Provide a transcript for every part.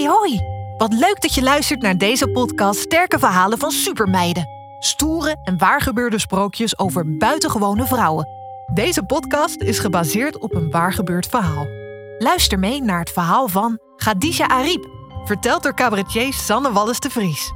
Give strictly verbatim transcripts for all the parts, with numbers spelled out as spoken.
hoi! Wat leuk dat je luistert naar deze podcast Sterke Verhalen van Supermeiden. Stoere en waargebeurde sprookjes over buitengewone vrouwen. Deze podcast is gebaseerd op een waargebeurd verhaal. Luister mee naar het verhaal van Khadija Ariep, verteld door cabaretier Sanne Wallis de Vries.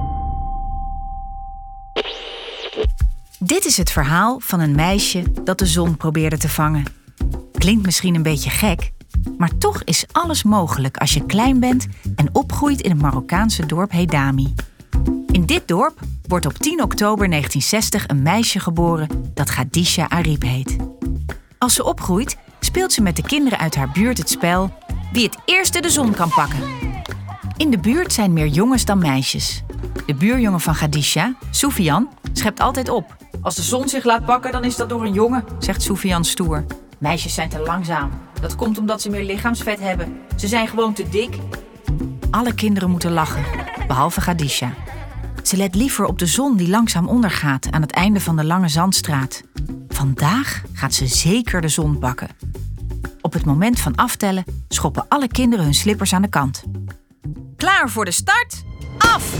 Dit is het verhaal van een meisje dat de zon probeerde te vangen. Klinkt misschien een beetje gek, maar toch is alles mogelijk als je klein bent en opgroeit in het Marokkaanse dorp Hedami. In dit dorp wordt op tien oktober negentien zestig een meisje geboren dat Khadija Ariep heet. Als ze opgroeit, speelt ze met de kinderen uit haar buurt het spel wie het eerste de zon kan pakken. In de buurt zijn meer jongens dan meisjes. De buurjongen van Khadija, Soufiane, schept altijd op. Als de zon zich laat pakken, dan is dat door een jongen, zegt Soufiane stoer. Meisjes zijn te langzaam. Dat komt omdat ze meer lichaamsvet hebben. Ze zijn gewoon te dik. Alle kinderen moeten lachen, behalve Khadija. Ze let liever op de zon die langzaam ondergaat aan het einde van de lange zandstraat. Vandaag gaat ze zeker de zon pakken. Op het moment van aftellen schoppen alle kinderen hun slippers aan de kant. Klaar voor de start? Af!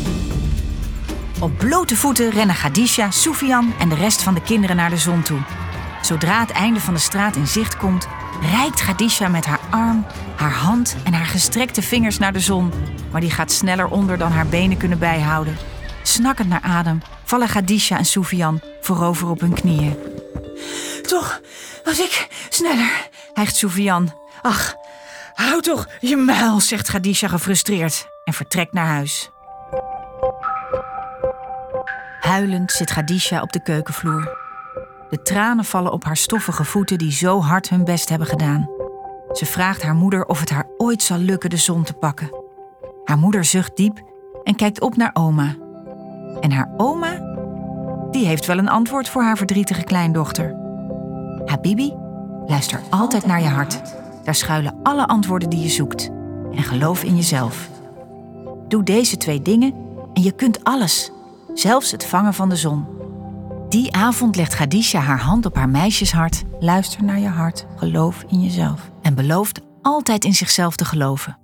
Op blote voeten rennen Khadija, Soufiane en de rest van de kinderen naar de zon toe. Zodra het einde van de straat in zicht komt, reikt Khadija met haar arm, haar hand en haar gestrekte vingers naar de zon. Maar die gaat sneller onder dan haar benen kunnen bijhouden. Snakkend naar adem vallen Khadija en Soufiane voorover op hun knieën. Toch was ik sneller, hijgt Soufiane. Ach, hou toch je muil, zegt Khadija gefrustreerd en vertrekt naar huis. Huilend zit Khadija op de keukenvloer. De tranen vallen op haar stoffige voeten die zo hard hun best hebben gedaan. Ze vraagt haar moeder of het haar ooit zal lukken de zon te pakken. Haar moeder zucht diep en kijkt op naar oma. En haar oma, die heeft wel een antwoord voor haar verdrietige kleindochter. Habibi, luister altijd naar je hart. Daar schuilen alle antwoorden die je zoekt. En geloof in jezelf. Doe deze twee dingen en je kunt alles. Zelfs het vangen van de zon. Die avond legt Khadija haar hand op haar meisjeshart. Luister naar je hart, geloof in jezelf. En belooft altijd in zichzelf te geloven.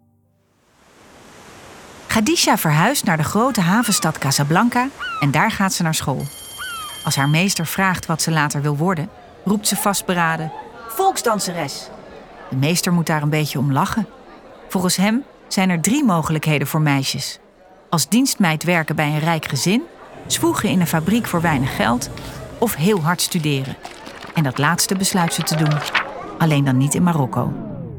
Khadija verhuist naar de grote havenstad Casablanca en daar gaat ze naar school. Als haar meester vraagt wat ze later wil worden, roept ze vastberaden: volksdanseres! De meester moet daar een beetje om lachen. Volgens hem zijn er drie mogelijkheden voor meisjes. Als dienstmeid werken bij een rijk gezin, zwoegen in een fabriek voor weinig geld of heel hard studeren. En dat laatste besluit ze te doen. Alleen dan niet in Marokko.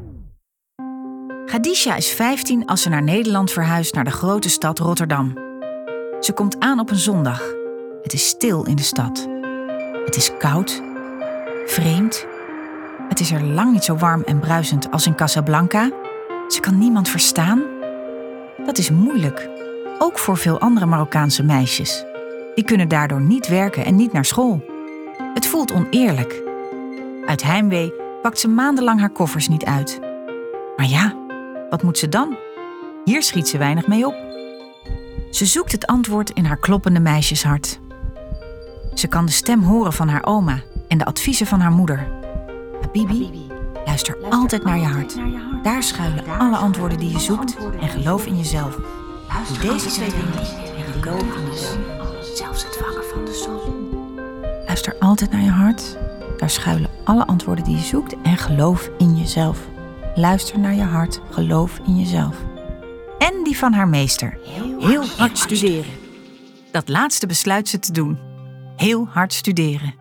Khadija is vijftien als ze naar Nederland verhuist naar de grote stad Rotterdam. Ze komt aan op een zondag. Het is stil in de stad. Het is koud, vreemd. Het is er lang niet zo warm en bruisend als in Casablanca. Ze kan niemand verstaan. Dat is moeilijk, ook voor veel andere Marokkaanse meisjes. Die kunnen daardoor niet werken en niet naar school. Het voelt oneerlijk. Uit heimwee pakt ze maandenlang haar koffers niet uit. Maar ja, wat moet ze dan? Hier schiet ze weinig mee op. Ze zoekt het antwoord in haar kloppende meisjeshart. Ze kan de stem horen van haar oma en de adviezen van haar moeder. Habibi, luister altijd naar je hart. Daar schuilen alle antwoorden die je zoekt en geloof in jezelf. Doe deze twee dingen en geloof in jezelf. Zelfs het vangen van de zon. Luister altijd naar je hart. Daar schuilen alle antwoorden die je zoekt en geloof in jezelf. Luister naar je hart, geloof in jezelf. En die van haar meester. Heel hard studeren. Dat laatste besluit ze te doen. Heel hard studeren.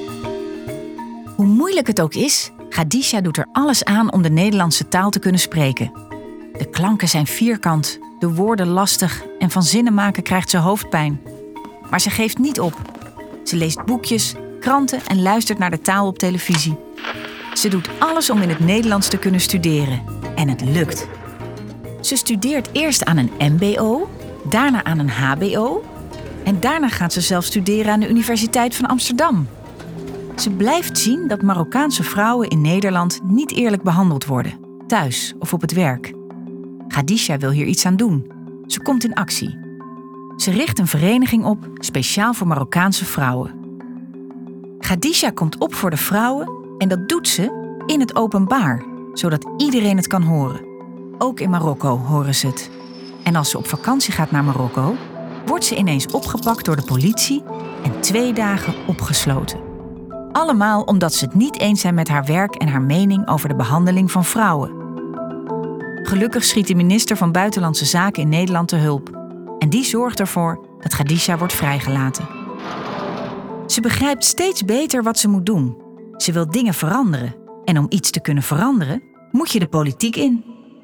Hoe moeilijk het ook is, Khadija doet er alles aan om de Nederlandse taal te kunnen spreken. De klanken zijn vierkant, de woorden lastig en van zinnen maken krijgt ze hoofdpijn. Maar ze geeft niet op. Ze leest boekjes, kranten en luistert naar de taal op televisie. Ze doet alles om in het Nederlands te kunnen studeren. En het lukt. Ze studeert eerst aan een M B O, daarna aan een H B O... en daarna gaat ze zelf studeren aan de Universiteit van Amsterdam. Ze blijft zien dat Marokkaanse vrouwen in Nederland niet eerlijk behandeld worden, thuis of op het werk. Khadija wil hier iets aan doen. Ze komt in actie. Ze richt een vereniging op, speciaal voor Marokkaanse vrouwen. Khadija komt op voor de vrouwen en dat doet ze in het openbaar, zodat iedereen het kan horen. Ook in Marokko horen ze het. En als ze op vakantie gaat naar Marokko, wordt ze ineens opgepakt door de politie en twee dagen opgesloten. Allemaal omdat ze het niet eens zijn met haar werk en haar mening over de behandeling van vrouwen. Gelukkig schiet de minister van Buitenlandse Zaken in Nederland te hulp. En die zorgt ervoor dat Khadija wordt vrijgelaten. Ze begrijpt steeds beter wat ze moet doen. Ze wil dingen veranderen. En om iets te kunnen veranderen, moet je de politiek in.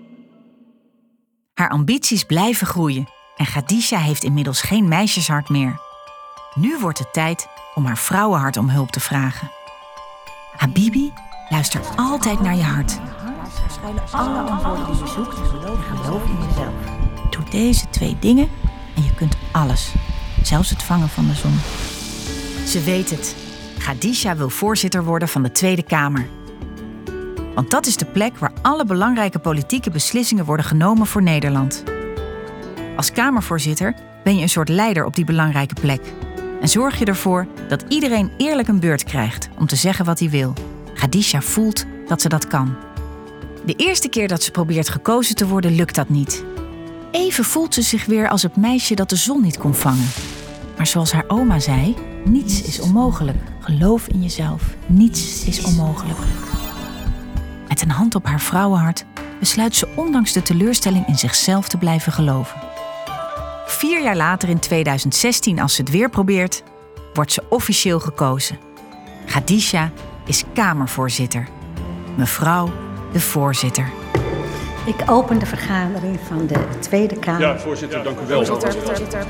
Haar ambities blijven groeien. En Khadija heeft inmiddels geen meisjeshart meer. Nu wordt het tijd om haar vrouwenhart om hulp te vragen. Habibi, luister altijd naar je hart. Er schuilen alle antwoorden die je zoekt en geloof in jezelf. Doe deze twee dingen en je kunt alles. Zelfs het vangen van de zon. Ze weet het. Khadija wil voorzitter worden van de Tweede Kamer. Want dat is de plek waar alle belangrijke politieke beslissingen worden genomen voor Nederland. Als Kamervoorzitter ben je een soort leider op die belangrijke plek. En zorg je ervoor dat iedereen eerlijk een beurt krijgt om te zeggen wat hij wil. Khadija voelt dat ze dat kan. De eerste keer dat ze probeert gekozen te worden, lukt dat niet. Even voelt ze zich weer als het meisje dat de zon niet kon vangen. Maar zoals haar oma zei, niets is onmogelijk. Geloof in jezelf. Niets is onmogelijk. Met een hand op haar vrouwenhart besluit ze ondanks de teleurstelling in zichzelf te blijven geloven. Vier jaar later in tweeduizend zestien, als ze het weer probeert, wordt ze officieel gekozen. Khadija is Kamervoorzitter. Mevrouw de voorzitter. Ik open de vergadering van de Tweede Kamer. Ja, voorzitter, dank u wel. Voorzitter.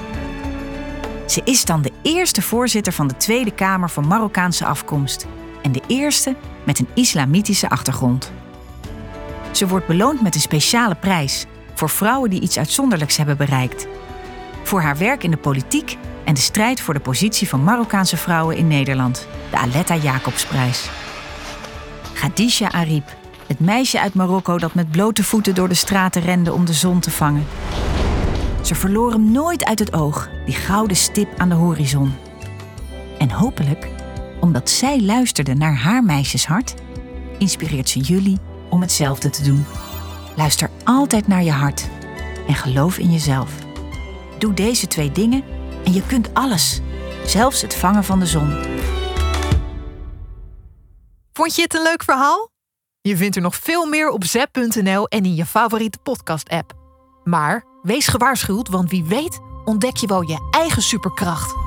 Ze is dan de eerste voorzitter van de Tweede Kamer van Marokkaanse afkomst. En de eerste met een islamitische achtergrond. Ze wordt beloond met een speciale prijs voor vrouwen die iets uitzonderlijks hebben bereikt. Voor haar werk in de politiek en de strijd voor de positie van Marokkaanse vrouwen in Nederland. De Aletta Jacobsprijs. Khadija Arib, het meisje uit Marokko dat met blote voeten door de straten rende om de zon te vangen. Ze verloor hem nooit uit het oog, die gouden stip aan de horizon. En hopelijk, omdat zij luisterde naar haar meisjeshart, inspireert ze jullie om hetzelfde te doen. Luister altijd naar je hart en geloof in jezelf. Doe deze twee dingen en je kunt alles, zelfs het vangen van de zon. Vond je het een leuk verhaal? Je vindt er nog veel meer op zep punt n l en in je favoriete podcast-app. Maar wees gewaarschuwd, want wie weet ontdek je wel je eigen superkracht.